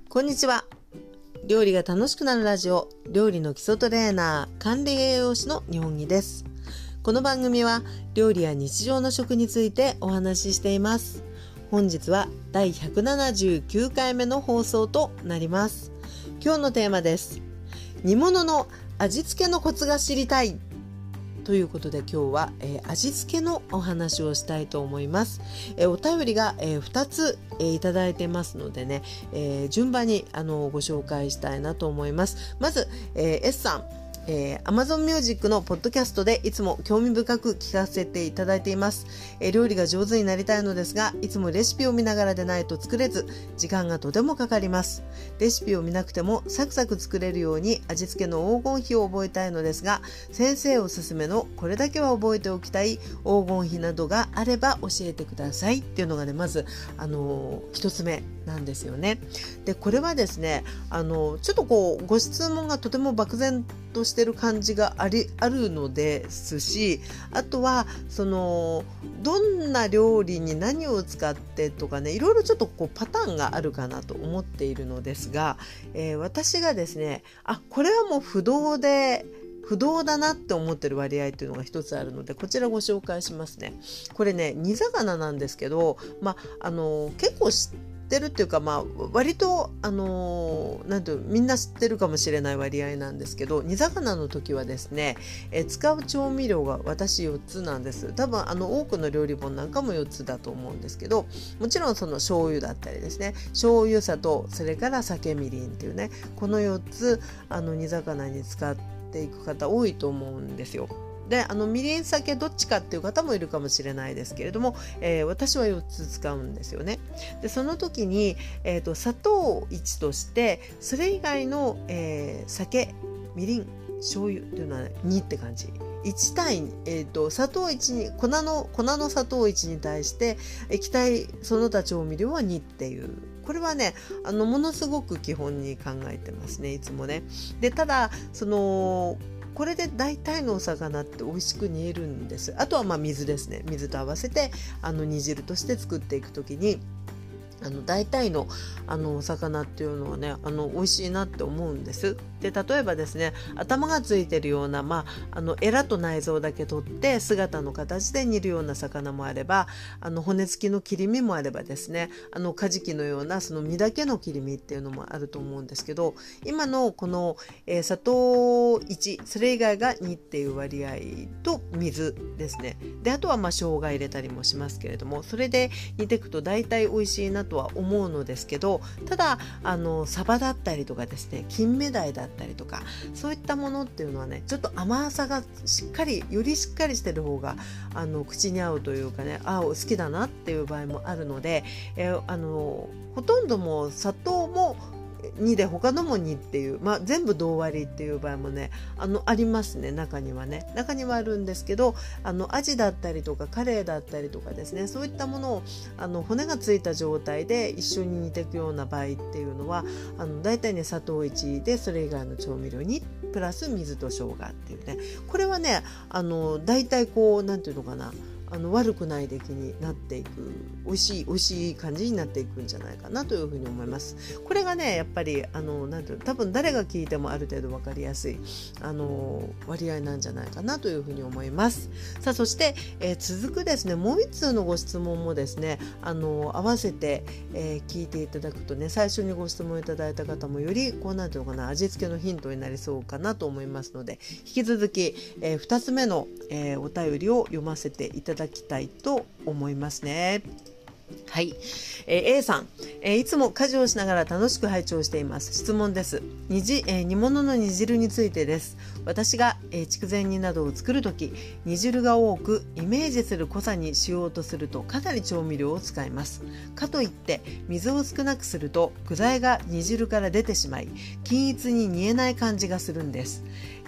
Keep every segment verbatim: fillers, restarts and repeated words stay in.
こんにちは。料理が楽しくなるラジオ、料理の基礎トレーナー、管理栄養士の日本木です。この番組は料理や日常の食についてお話ししています。本日はだいひゃくななじゅうきゅうかいめの放送となります。今日のテーマです。煮物の味付けのコツが知りたいということで、今日は、えー、味付けのお話をしたいと思います。えー、お便りが、えー、ふたつ、えー、いただいてますのでね、えー、順番にあのご紹介したいなと思います。まず、えー、S さん、えー、Amazon Music のポッドキャストでいつも興味深く聞かせていただいています。えー、料理が上手になりたいのですが、いつもレシピを見ながらでないと作れず、時間がとてもかかります。レシピを見なくてもサクサク作れるように味付けの黄金比を覚えたいのですが、先生おすすめのこれだけは覚えておきたい黄金比などがあれば教えてくださいっていうのがね、まずあのー、一つ目なんですよね。で、これはですね、あのー、ちょっとこうご質問がとても漠然としてる感じがありあるのですし、あとはそのどんな料理に何を使ってとかね、いろいろちょっとこうパターンがあるかなと思っているのですが、えー、私がですね、あ、これはもう不動で不動だなって思ってる割合というのが一つあるので、こちらご紹介しますね。これね、煮魚なんですけど、まああの結構知ってるっていうか、まあ割とあのなんていうみんな知ってるかもしれない割合なんですけど、煮魚の時はですね、え使う調味料が私よっつなんです。多分あの多くの料理本なんかもよっつだと思うんですけど、もちろんその醤油だったりですね、醤油、砂糖、それから酒、みりんっていうね、このよっつあの煮魚に使っていく方多いと思うんですよ。で、あのみりん、酒どっちかっていう方もいるかもしれないですけれども、えー、私はよっつ使うんですよね。で、その時に、えーと、砂糖をいちとして、それ以外の、えー、酒、みりん、醤油っていうのは、ね、にって感じ。いち対に、えーと、砂糖いちに粉の粉の砂糖いちに対して液体その他調味料はにっていう、これはね、あのものすごく基本に考えてますね、いつもね。で、ただそのこれで大体のお魚って美味しく煮えるんです。あとはまあ水ですね。水と合わせてあの煮汁として作っていくときに、あの大体のあのお魚っていうのはね、あの美味しいなって思うんです。で、例えばですね、頭がついてるような、まあ、あのエラと内臓だけ取って姿の形で煮るような魚もあれば、あの骨付きの切り身もあればですね、あのカジキのようなその身だけの切り身っていうのもあると思うんですけど、今のこの、えー、砂糖いち、それ以外がにっていう割合と水ですね。で、あとはまあ生姜入れたりもしますけれども、それで煮ていくと大体美味しいなとは思うのですけど、ただあのサバだったりとかですね、金目鯛だったりとか、そういったものっていうのはね、ちょっと甘さがしっかりよりしっかりしてる方があの口に合うというかね、あ、好きだなっていう場合もあるので、えー、あのほとんどもう砂糖もにで他のもにっていう、まあ、全部同割りっていう場合もね、あのありますね。中にはね中にはあるんですけど、あのアジだったりとかカレイだったりとかですね、そういったものをあの骨がついた状態で一緒に煮ていくような場合っていうのは、あのだいたいね砂糖いちで、それ以外の調味料にプラス水と生姜っていうね、これはね、あのだいたいこうなんていうのかな、あの悪くない出来になっていく、美味しい美味しい感じになっていくんじゃないかなというふうに思います。これがね、やっぱりあのなんていうの、多分誰が聞いてもある程度分かりやすいあの割合なんじゃないかなというふうに思います。さあ、そして、えー、続くですね、もう一通のご質問もですね、あの合わせて、えー、聞いていただくとね、最初にご質問いただいた方もよりこうなんていうのかな、味付けのヒントになりそうかなと思いますので、引き続き、えー、ふたつめの、えー、お便りを読ませていただきいただきたいと思いますね。はい、えー、A さん、えー、いつも家事をしながら楽しく拝聴しています。質問です。煮じ、えー、煮物の煮汁についてです。私が、えー、筑前煮などを作るとき、煮汁が多くイメージする濃さにしようとするとかなり調味料を使います。かといって水を少なくすると具材が煮汁から出てしまい、均一に煮えない感じがするんです。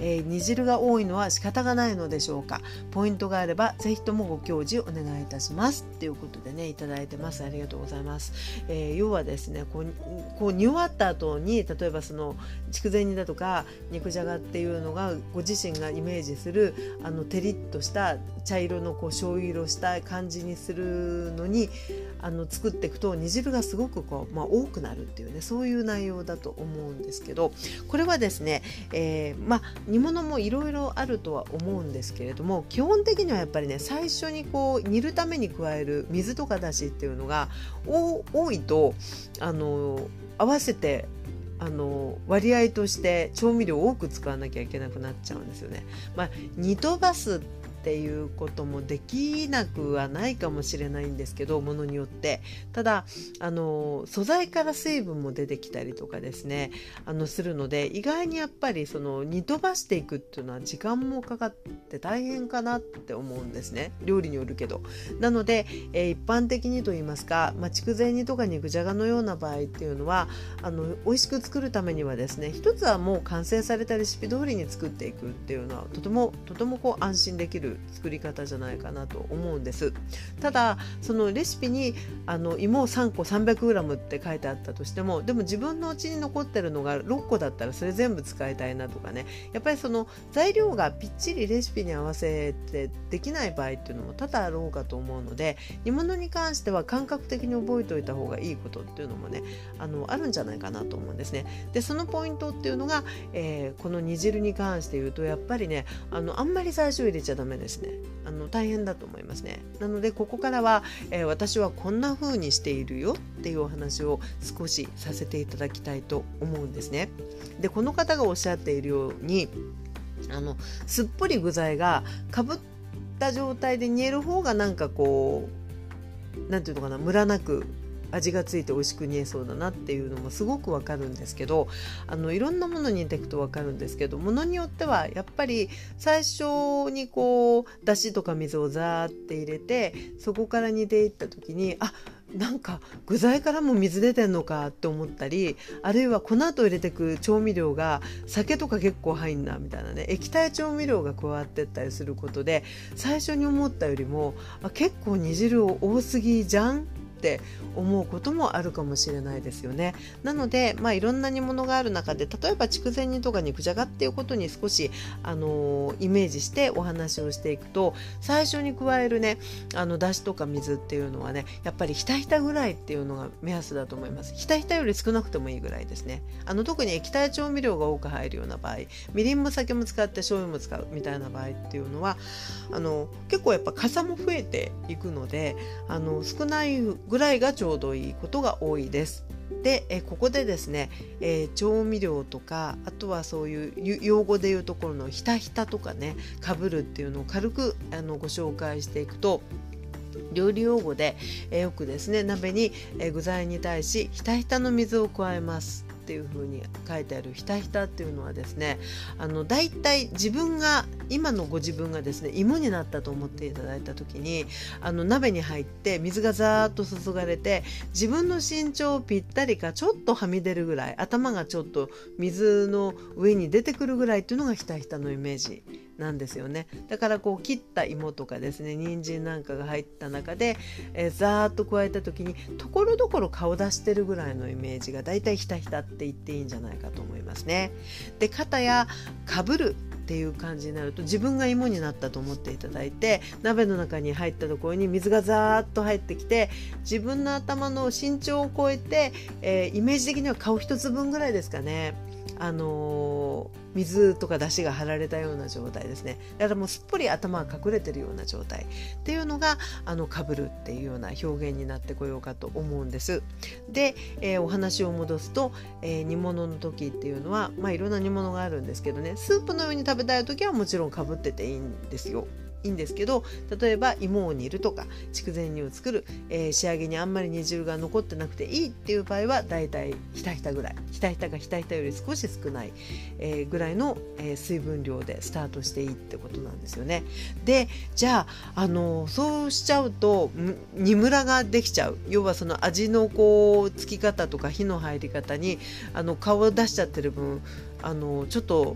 えー、煮汁が多いのは仕方がないのでしょうか。ポイントがあればぜひともご教示お願いいたしますということでね、いただいてます。ありがとうございます。えー、要はですね、こうこう煮終わった後に、例えばその筑前煮だとか肉じゃがっていうのがご自身がイメージするあのテリッとした茶色のこう醤油色した感じにするのにあの作っていくと煮汁がすごくこう、まあ、多くなるっていうね、そういう内容だと思うんですけど、これはですね、えー、まあ煮物もいろいろあるとは思うんですけれども、基本的にはやっぱりね、最初にこう煮るために加える水とかだしっていうのが多いとあの合わせてあの割合として調味料を多く使わなきゃいけなくなっちゃうんですよね。まあ、煮飛ばすっていうこともできなくはないかもしれないんですけど、ものによって。ただあの素材から水分も出てきたりとかですね、あのするので、意外にやっぱりその煮飛ばしていくっていうのは時間もかかって大変かなって思うんですね、料理によるけど。なので、えー、一般的にと言いますか、まあ、筑前煮とか肉じゃがのような場合っていうのはあの美味しく作るためにはですね、一つはもう完成されたレシピ通りに作っていくっていうのはとてもとてもこう安心できる作り方じゃないかなと思うんです。ただそのレシピにあの芋さんこ さんびゃくグラム って書いてあったとしても、でも自分のうちに残ってるのがろっこだったらそれ全部使いたいなとかね、やっぱりその材料がぴっちりレシピに合わせてできない場合っていうのも多々あろうかと思うので、煮物に関しては感覚的に覚えておいた方がいいことっていうのもね、あのあるんじゃないかなと思うんですね。でそのポイントっていうのが、えー、この煮汁に関して言うと、やっぱりね、あのあんまり最初入れちゃダメですね。あの大変だと思いますね。なのでここからは、えー、私はこんな風にしているよっていうお話を少しさせていただきたいと思うんですね。でこの方がおっしゃっているように、あのすっぽり具材がかぶった状態で煮える方がなんかこうなんていうのかな、ムラなく味がついて美味しく煮えそうだなっていうのもすごくわかるんですけど、あのいろんなものに似ていくとわかるんですけど、ものによってはやっぱり最初にこうだしとか水をザーって入れて、そこから煮ていった時に、あ、なんか具材からも水出てんのかって思ったり、あるいはこの後入れてく調味料が酒とか結構入んなみたいなね、液体調味料が加わってったりすることで、最初に思ったよりもあ結構煮汁多すぎじゃんって思うこともあるかもしれないですよね。なので、まあ、いろんな煮物がある中で、例えば筑前煮とか肉じゃがっていうことに少し、あのー、イメージしてお話をしていくと、最初に加えるね、あのだしとか水っていうのはね、やっぱりひたひたぐらいっていうのが目安だと思います。ひたひたより少なくてもいいぐらいですね。あの特に液体調味料が多く入るような場合、みりんも酒も使って醤油も使うみたいな場合っていうのは、あの結構やっぱ傘も増えていくので、あの少ないぐらいがちょうどいいことが多いです。でえここでですね、えー、調味料とか、あとはそういう用語でいうところのひたひたとかね、かぶるっていうのを軽くあのご紹介していくと、料理用語で、えー、よくですね、鍋に、えー、具材に対しひたひたの水を加えますっていう風に書いてあるひたひたっていうのはですね、あのだいたい自分が今のご自分がですね芋になったと思っていただいた時に、あの鍋に入って水がザーッと注がれて、自分の身長ぴったりかちょっとはみ出るぐらい、頭がちょっと水の上に出てくるぐらいっていうのがひたひたのイメージなんですよね。だからこう切った芋とかですね、人参なんかが入った中で、えー、ザーッと加えた時にところどころ顔出してるぐらいのイメージがだいたいひたひたって言っていいんじゃないかと思いますね。で、肩やかぶるっていう感じになると、自分が芋になったと思っていただいて、鍋の中に入ったところに水がザーッと入ってきて、自分の頭の身長を超えて、えー、イメージ的には顔一つ分ぐらいですかね、あのー、水とか出汁が張られたような状態ですね。だからもうすっぽり頭が隠れてるような状態っていうのがあのかぶるっていうような表現になってこようかと思うんです。で、えー、お話を戻すと、えー、煮物の時っていうのは、まあ、いろんな煮物があるんですけどね、スープのように食べたい時はもちろんかぶってていいんですよ。いいんですけど、例えば芋を煮るとか筑前煮を作る、えー、仕上げにあんまり煮汁が残ってなくていいっていう場合は、だいたいひたひたぐらい、ひたひたがひたひたより少し少ない、えー、ぐらいの、えー、水分量でスタートしていいってことなんですよね。で、じゃあ、あのー、そうしちゃうと煮ムラができちゃう。要はその味のこうつき方とか火の入り方にあの顔を出しちゃってる分、あのー、ちょっと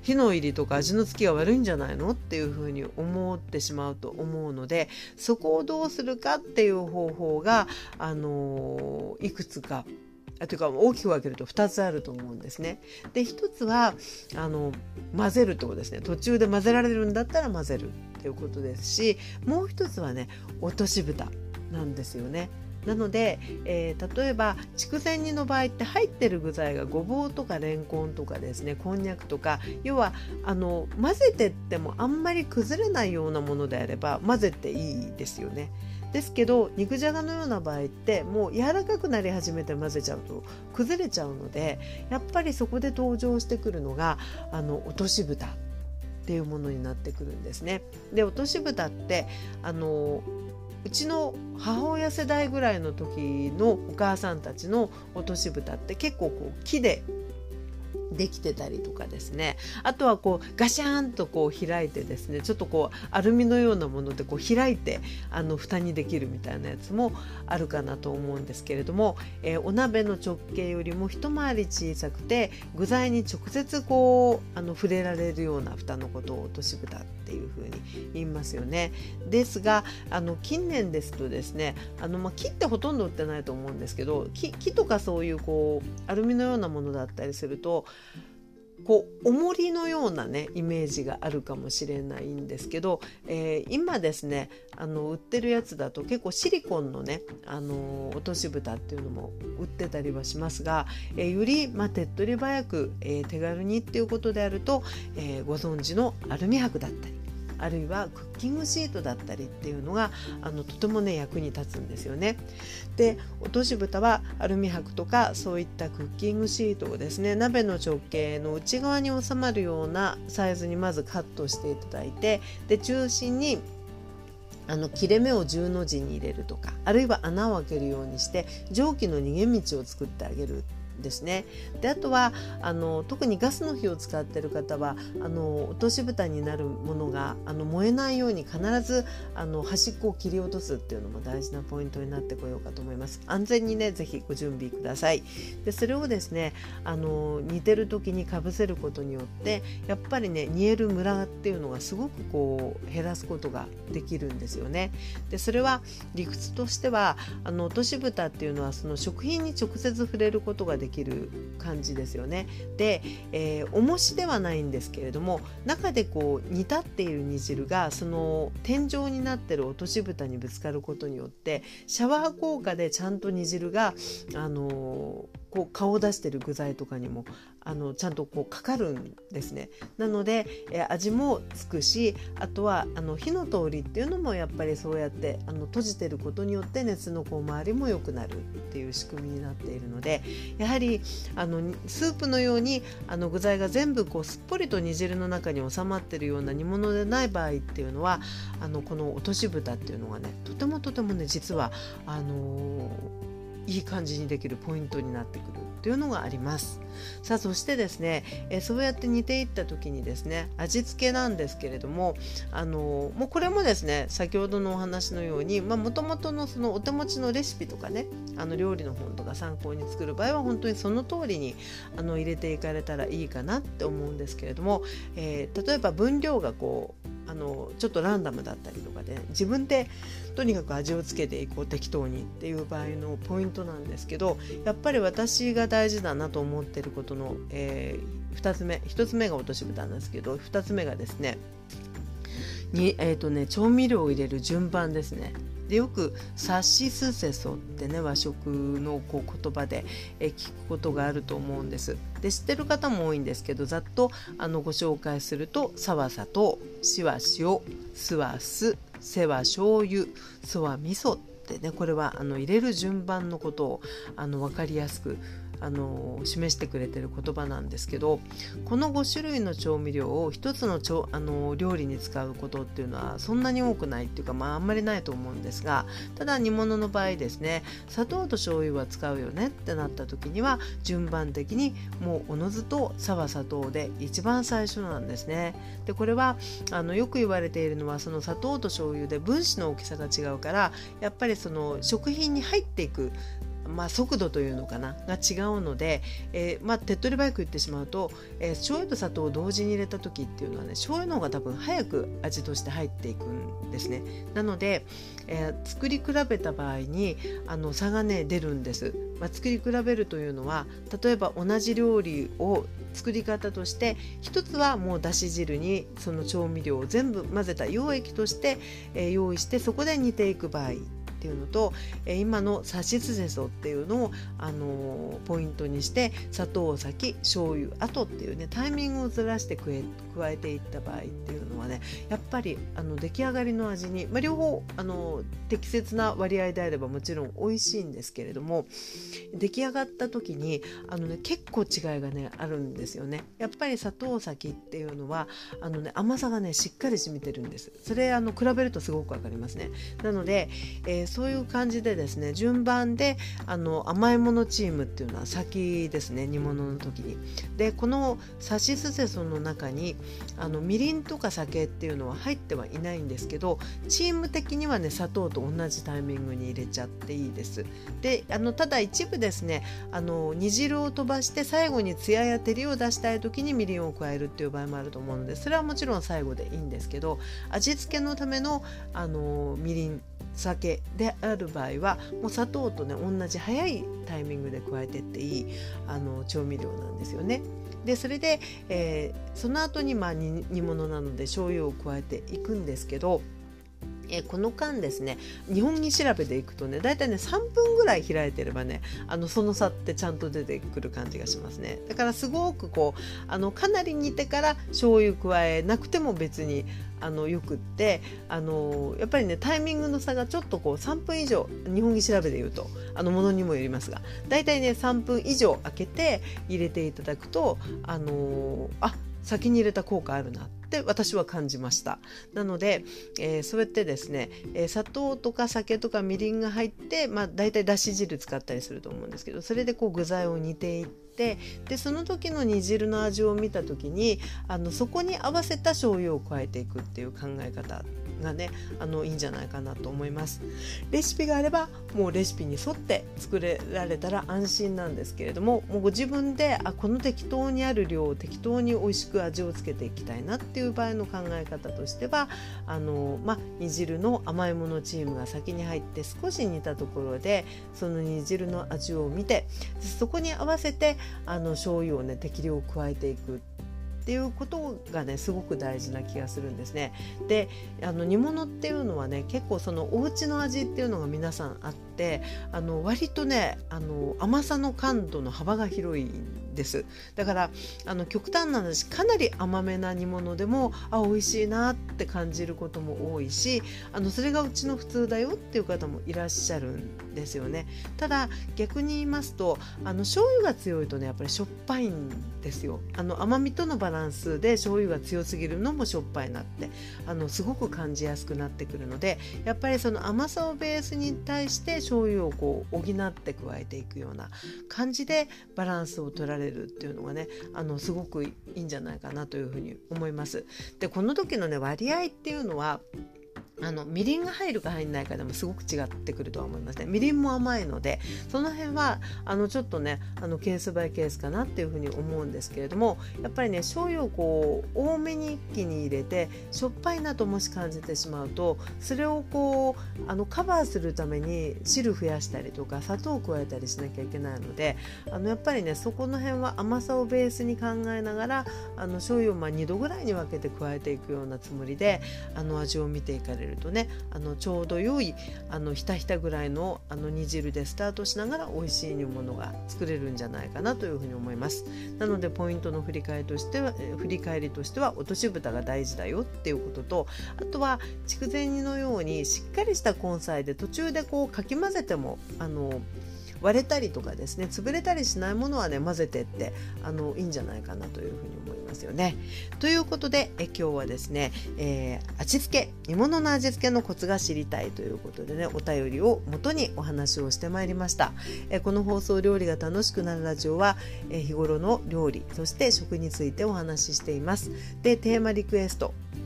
火の入りとか味のつきが悪いんじゃないのっていうふうに思ってしまうと思うので、そこをどうするかっていう方法が、あのー、いくつかというか大きく分けるとふたつあると思うんですね。で、ひとつはあの混ぜるってことですね。途中で混ぜられるんだったら混ぜるっていうことですし、もうひとつはね、落とし蓋なんですよね。なので、えー、例えば筑前煮の場合って入ってる具材がごぼうとかレンコンとかですね、こんにゃくとか、要はあの混ぜてってもあんまり崩れないようなものであれば混ぜていいですよね。ですけど肉じゃがのような場合ってもう柔らかくなり始めて混ぜちゃうと崩れちゃうので、やっぱりそこで登場してくるのがあの落とし蓋っていうものになってくるんですね。で、落とし蓋ってあのうちの母親世代ぐらいの時のお母さんたちの落とし蓋って結構こう木でできてたりとかですね、あとはこうガシャーンとこう開いてですね、ちょっとこうアルミのようなものでこう開いてあの蓋にできるみたいなやつもあるかなと思うんですけれども、えー、お鍋の直径よりも一回り小さくて具材に直接こうあの触れられるような蓋のことを落とし蓋っていうふうに言いますよね。ですがあの近年ですとですね、あの、まあ、木ってほとんど売ってないと思うんですけど、 木, 木とかそういうこうアルミのようなものだったりするとこう重りのようなねイメージがあるかもしれないんですけど、えー、今ですねあの売ってるやつだと結構シリコンのね、あのー、落とし蓋っていうのも売ってたりはしますが、えー、より、まあ、手っ取り早く、えー、手軽にっていうことであると、えー、ご存知のアルミ箔だったり、あるいはクッキングシートだったりっていうのがあのとてもね役に立つんですよね。で、落とし蓋はアルミ箔とかそういったクッキングシートをですね、鍋の直径の内側に収まるようなサイズにまずカットしていただいて、で中心にあの切れ目をじゅうの字に入れるとか、あるいは穴を開けるようにして蒸気の逃げ道を作ってあげるですね。で、あとはあの特にガスの火を使っている方はあの落とし蓋になるものがあの燃えないように必ずあの端っこを切り落とすっていうのも大事なポイントになってこようかと思います。安全にねぜひご準備ください。で、それをですねあの煮てる時にかぶせることによってやっぱりね煮えるムラっていうのがすごくこう減らすことができるんですよね。で、それは理屈としてはあの落とし蓋っていうのはその食品に直接触れることができる感じですよね。で、えー、重しではないんですけれども、中でこう煮立っている煮汁がその天井になっている落とし蓋にぶつかることによってシャワー効果でちゃんと煮汁が、あのー、こう顔を出している具材とかにもあのちゃんとこうかかるんですね。なので、えー、味もつくし、あとはあの火の通りっていうのもやっぱりそうやってあの閉じてることによって熱のこう回りも良くなるっていう仕組みになっているので、やはりあのスープのようにあの具材が全部こうすっぽりと煮汁の中に収まっているような煮物でない場合っていうのはあのこの落とし蓋っていうのがねとてもとてもね実はあのー、いい感じにできるポイントになってくるというのがあります。さあ、そしてですね、えそうやって煮ていった時にですね味付けなんですけれども、あのもうこれもですね先ほどのお話のようにもともとのそのお手持ちのレシピとかねあの料理の本とか参考に作る場合は本当にその通りにあの入れていかれたらいいかなって思うんですけれども、えー、例えば分量がこうあのちょっとランダムだったりとかで自分でとにかく味をつけていこう適当にっていう場合のポイントなんですけど、やっぱり私が大事だなと思っていることの、えー、ふたつめひとつめが落とし蓋なんですけど、ふたつめがですねに、えーとね、調味料を入れる順番ですね。でよくさしすせそってね和食のこう言葉でえ聞くことがあると思うんです。で知ってる方も多いんですけど、ざっとあのご紹介するとさは砂糖、しは塩、すは酢、せは醤油、そは味噌ってね、これはあの入れる順番のことをあの分かりやすくあの示してくれてる言葉なんですけど、このご種類の調味料を一つのちょあの料理に使うことっていうのはそんなに多くないっていうか、まああんまりないと思うんですが、ただ煮物の場合ですね砂糖と醤油は使うよねってなった時には順番的にもうおのずとさは砂糖で一番最初なんですね。でこれはあのよく言われているのはその砂糖と醤油で分子の大きさが違うから、やっぱりその食品に入っていくまあ、速度というのかなが違うので、えーまあ、手っ取り早く言ってしまうと、えー、醤油と砂糖を同時に入れた時っていうのはね、醤油の方が多分早く味として入っていくんですね。なので、えー、作り比べた場合にあの差がね出るんです。まあ、作り比べるというのは、例えば同じ料理を作り方として、一つはもうだし汁にその調味料を全部混ぜた溶液として、えー、用意して、そこで煮ていく場合っていうのと、えー、今のさしすせそっていうのを、あのー、ポイントにして、砂糖を先醤油後っていうねタイミングをずらして加え、加えていった場合っていうのはね、やっぱりあの出来上がりの味に、まあ、両方あの適切な割合であればもちろん美味しいんですけれども、出来上がった時にあの、ね、結構違いがねあるんですよね。やっぱり砂糖先っていうのはあの、ね、甘さがねしっかり染みてるんです。それあの比べるとすごくわかりますね。なので、えー、そういう感じでですね、順番であの甘いものチームっていうのは先ですね、煮物の時に。でこのさしすせその中にあのみりんとか酒っていうのは入ってはいないんですけど、チーム的にはね砂糖と同じタイミングに入れちゃっていいです。であのただ一部ですね、あの煮汁を飛ばして最後にツヤや照りを出したい時にみりんを加えるっていう場合もあると思うので、それはもちろん最後でいいんですけど、味付けのためのあのみりん酒である場合はもう砂糖とね同じ早いタイミングで加えてっていいあの調味料なんですよね。でそれで、えー、その後にまあ煮物なので醤油を加えていくんですけど、えこの間ですね、日本煮調べでいくとね、だいたいねさんぷんぐらい開いてればね、あのその差ってちゃんと出てくる感じがしますね。だからすごくこうあのかなり煮てから醤油加えなくても別にあのよくって、あのやっぱりねタイミングの差がちょっとこうさんぷん以上、日本煮調べでいうとあのものにもよりますが、だいたいねさんぷん以上空けて入れていただくと、あのあ先に入れた効果あるなって私は感じました。なので、えー、そうやってですね、えー、砂糖とか酒とかみりんが入って、まあ、だいたいだし汁使ったりすると思うんですけど、それでこう具材を煮ていって、でその時の煮汁の味を見た時にあのそこに合わせた醤油を加えていくっていう考え方がね、あのいいんじゃないかなと思います。レシピがあればもうレシピに沿って作れられたら安心なんですけれども、もうご自分であこの適当にある量を適当に美味しく味をつけていきたいなっていう場合の考え方としては、あの、まあ、煮汁の甘いものチームが先に入って少し煮たところでその煮汁の味を見て、そこに合わせてあの醤油をね適量加えていくっていうことがねすごく大事な気がするんですね。であの煮物っていうのはね結構そのお家の味っていうのが皆さんあって、あの割とねあの甘さの感度の幅が広いんです。だからあの極端な話、かなり甘めな煮物でもあ美味しいなって感じることも多いし、あのそれがうちの普通だよっていう方もいらっしゃるんですよね。ただ逆に言いますと、あの醤油が強いとねやっぱりしょっぱいんですよ。あの甘みとのバランスで醤油が強すぎるのもしょっぱいなってあのすごく感じやすくなってくるので、やっぱりその甘さをベースに対して醤油をこう補って加えていくような感じでバランスを取られるっていうのがね、あのすごくいいんじゃないかなというふうに思います。でこの時のね割合っていうのはあのみりんが入るか入んないかでもすごく違ってくるとは思いますね。みりんも甘いのでその辺はあのちょっとねあのケースバイケースかなっていうふうに思うんですけれども、やっぱりね醤油をこう多めに一気に入れてしょっぱいなともし感じてしまうと、それをこうあのカバーするために汁増やしたりとか砂糖を加えたりしなきゃいけないので、あのやっぱりねそこの辺は甘さをベースに考えながらあの醤油をまあにどぐらいに分けて加えていくようなつもりであの味を見ていかれるとね、あのちょうど良いあのひたひたぐらいのあの煮汁でスタートしながら美味しい煮物が作れるんじゃないかなというふうに思います。なのでポイントの振り返りとしては振り返りとしては落とし蓋が大事だよっていうことと、あとは筑前煮のようにしっかりした根菜で途中でこうかき混ぜてもあの割れたりとかですね潰れたりしないものはね混ぜてってあのいいんじゃないかなというふうに思いますよね。ということでえ今日はですね、えー、味付け煮物の味付けのコツが知りたいということでねお便りを元にお話をしてまいりました。えこの放送料理が楽しくなるラジオはえ日頃の料理そして食についてお話ししています。でテーマリクエスト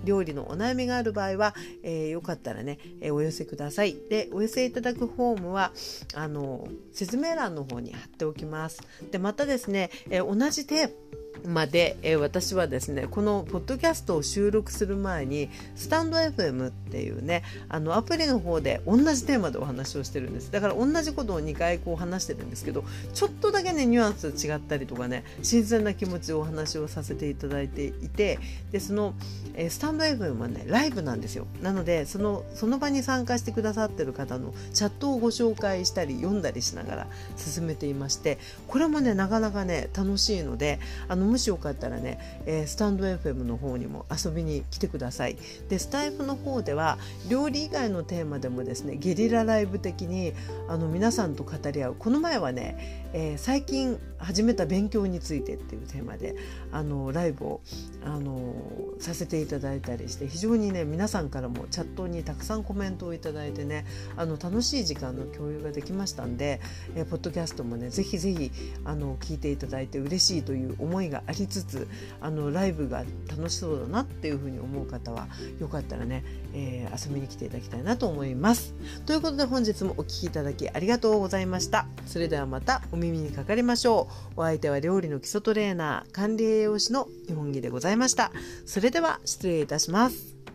料理のお悩みがある場合は、えー、よかったらね、えー、お寄せください。で、お寄せいただくフォームはあの説明欄の方に貼っておきます。で、またですね、えー、同じテーマで、えー、私はですねこのポッドキャストを収録する前にスタンド エフエム っていうねあのアプリの方で同じテーマでお話をしてるんです。だから同じことをにかいこう話してるんですけど、ちょっとだけねニュアンス違ったりとかね、新鮮な気持ちをお話をさせていただいていて、でその、えー、スタンド エフエム はねライブなんですよ。なのでそのその場に参加してくださってる方のチャットをご紹介したり読んだりしながら進めていまして、これもねなかなかね楽しいので、あのもしよかったらね、えー、スタンド エフエム の方にも遊びに来てください。でスタイフの方では料理以外のテーマでもですねゲリラライブ的にあの皆さんと語り合う。この前はね、えー、最近始めた勉強についてっていうテーマであのライブをあのさせていただいたりして、非常にね皆さんからもチャットにたくさんコメントをいただいてね、あの楽しい時間の共有ができましたんで、えー、ポッドキャストもねぜひぜひあの聞いていただいて嬉しいという思いがありつつ、あのライブが楽しそうだなっていうふうに思う方はよかったらね、えー、遊びに来ていただきたいなと思います。ということで本日もお聞きいただきありがとうございました。それではまたお耳にかかりましょう。お相手は料理の基礎トレーナー、管理栄養士の日本木でございました。それでは失礼いたします。